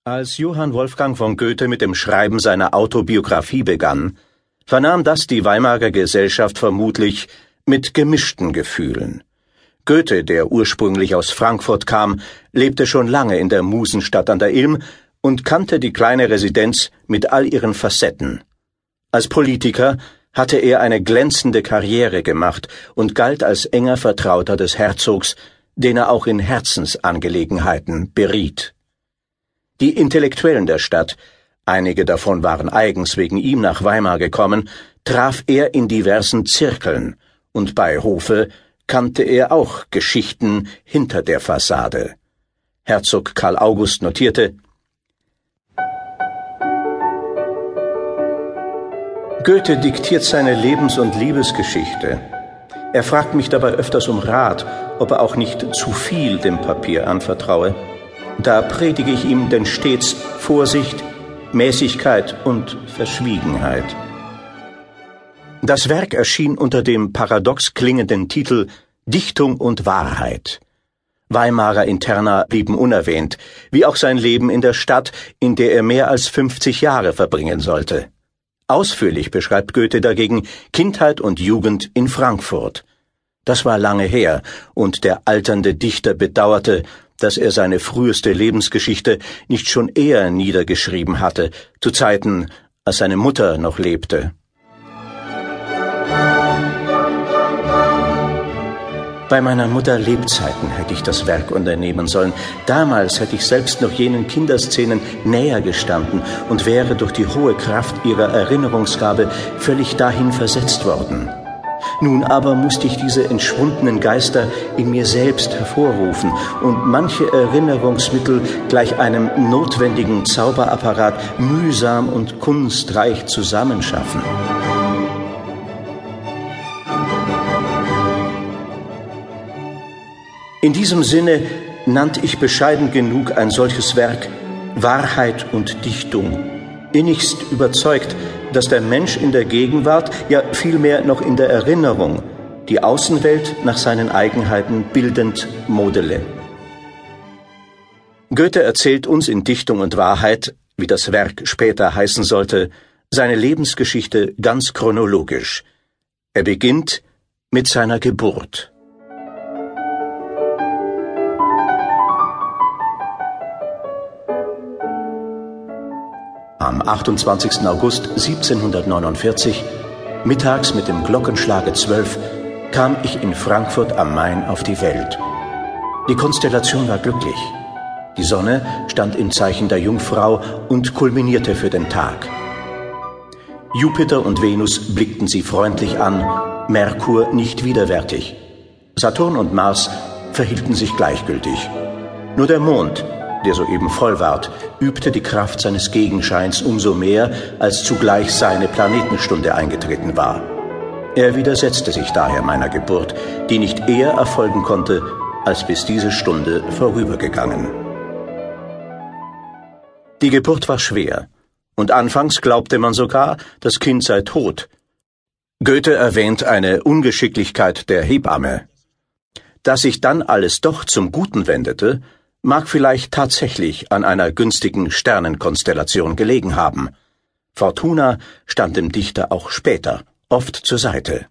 Als Johann Wolfgang von Goethe mit dem Schreiben seiner Autobiografie begann, vernahm das die Weimarer Gesellschaft vermutlich mit gemischten Gefühlen. Goethe, der ursprünglich aus Frankfurt kam, lebte schon lange in der Musenstadt an der Ilm und kannte die kleine Residenz mit all ihren Facetten. Als Politiker hatte er eine glänzende Karriere gemacht und galt als enger Vertrauter des Herzogs, den er auch in Herzensangelegenheiten beriet. Die Intellektuellen der Stadt, einige davon waren eigens wegen ihm nach Weimar gekommen, traf er in diversen Zirkeln, und bei Hofe kannte er auch Geschichten hinter der Fassade. Herzog Karl August notierte: Goethe diktiert seine Lebens- und Liebesgeschichte. Er fragt mich dabei öfters um Rat, ob er auch nicht zu viel dem Papier anvertraue. Da predige ich ihm denn stets Vorsicht, Mäßigkeit und Verschwiegenheit. Das Werk erschien unter dem paradox klingenden Titel Dichtung und Wahrheit. Weimarer Interna blieben unerwähnt, wie auch sein Leben in der Stadt, in der er mehr als 50 Jahre verbringen sollte. Ausführlich beschreibt Goethe dagegen Kindheit und Jugend in Frankfurt. Das war lange her, und der alternde Dichter bedauerte, dass er seine früheste Lebensgeschichte nicht schon eher niedergeschrieben hatte, zu Zeiten, als seine Mutter noch lebte. Bei meiner Mutter Lebzeiten hätte ich das Werk unternehmen sollen. Damals hätte ich selbst noch jenen Kinderszenen näher gestanden und wäre durch die hohe Kraft ihrer Erinnerungsgabe völlig dahin versetzt worden. Nun aber musste ich diese entschwundenen Geister in mir selbst hervorrufen und manche Erinnerungsmittel gleich einem notwendigen Zauberapparat mühsam und kunstreich zusammenschaffen. In diesem Sinne nannte ich bescheiden genug ein solches Werk Wahrheit und Dichtung, innigst überzeugt, dass der Mensch in der Gegenwart, ja vielmehr noch in der Erinnerung, die Außenwelt nach seinen Eigenheiten bildend modele. Goethe erzählt uns in Dichtung und Wahrheit, wie das Werk später heißen sollte, seine Lebensgeschichte ganz chronologisch. Er beginnt mit seiner Geburt. Am 28. August 1749, mittags mit dem Glockenschlage 12, kam ich in Frankfurt am Main auf die Welt. Die Konstellation war glücklich. Die Sonne stand im Zeichen der Jungfrau und kulminierte für den Tag. Jupiter und Venus blickten sie freundlich an, Merkur nicht widerwärtig. Saturn und Mars verhielten sich gleichgültig. Nur der Mond, der soeben voll ward, übte die Kraft seines Gegenscheins umso mehr, als zugleich seine Planetenstunde eingetreten war. Er widersetzte sich daher meiner Geburt, die nicht eher erfolgen konnte, als bis diese Stunde vorübergegangen. Die Geburt war schwer, und anfangs glaubte man sogar, das Kind sei tot. Goethe erwähnt eine Ungeschicklichkeit der Hebamme. Dass sich dann alles doch zum Guten wendete, mag vielleicht tatsächlich an einer günstigen Sternenkonstellation gelegen haben. Fortuna stand dem Dichter auch später oft zur Seite.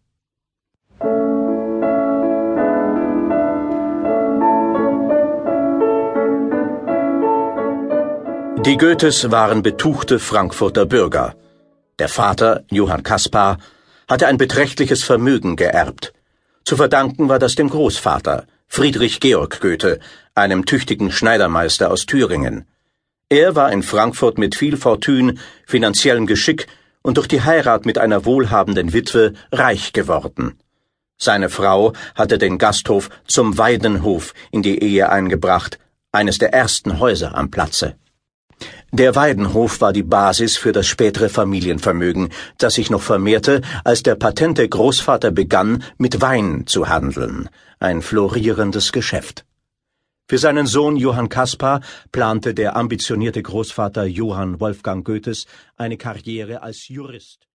Die Goethes waren betuchte Frankfurter Bürger. Der Vater, Johann Caspar, hatte ein beträchtliches Vermögen geerbt. Zu verdanken war das dem Großvater, Friedrich Georg Goethe, einem tüchtigen Schneidermeister aus Thüringen. Er war in Frankfurt mit viel Fortune, finanziellem Geschick und durch die Heirat mit einer wohlhabenden Witwe reich geworden. Seine Frau hatte den Gasthof zum Weidenhof in die Ehe eingebracht, eines der ersten Häuser am Platze. Der Weidenhof war die Basis für das spätere Familienvermögen, das sich noch vermehrte, als der patente Großvater begann, mit Wein zu handeln, ein florierendes Geschäft. Für seinen Sohn Johann Caspar plante der ambitionierte Großvater Johann Wolfgang Goethes eine Karriere als Jurist.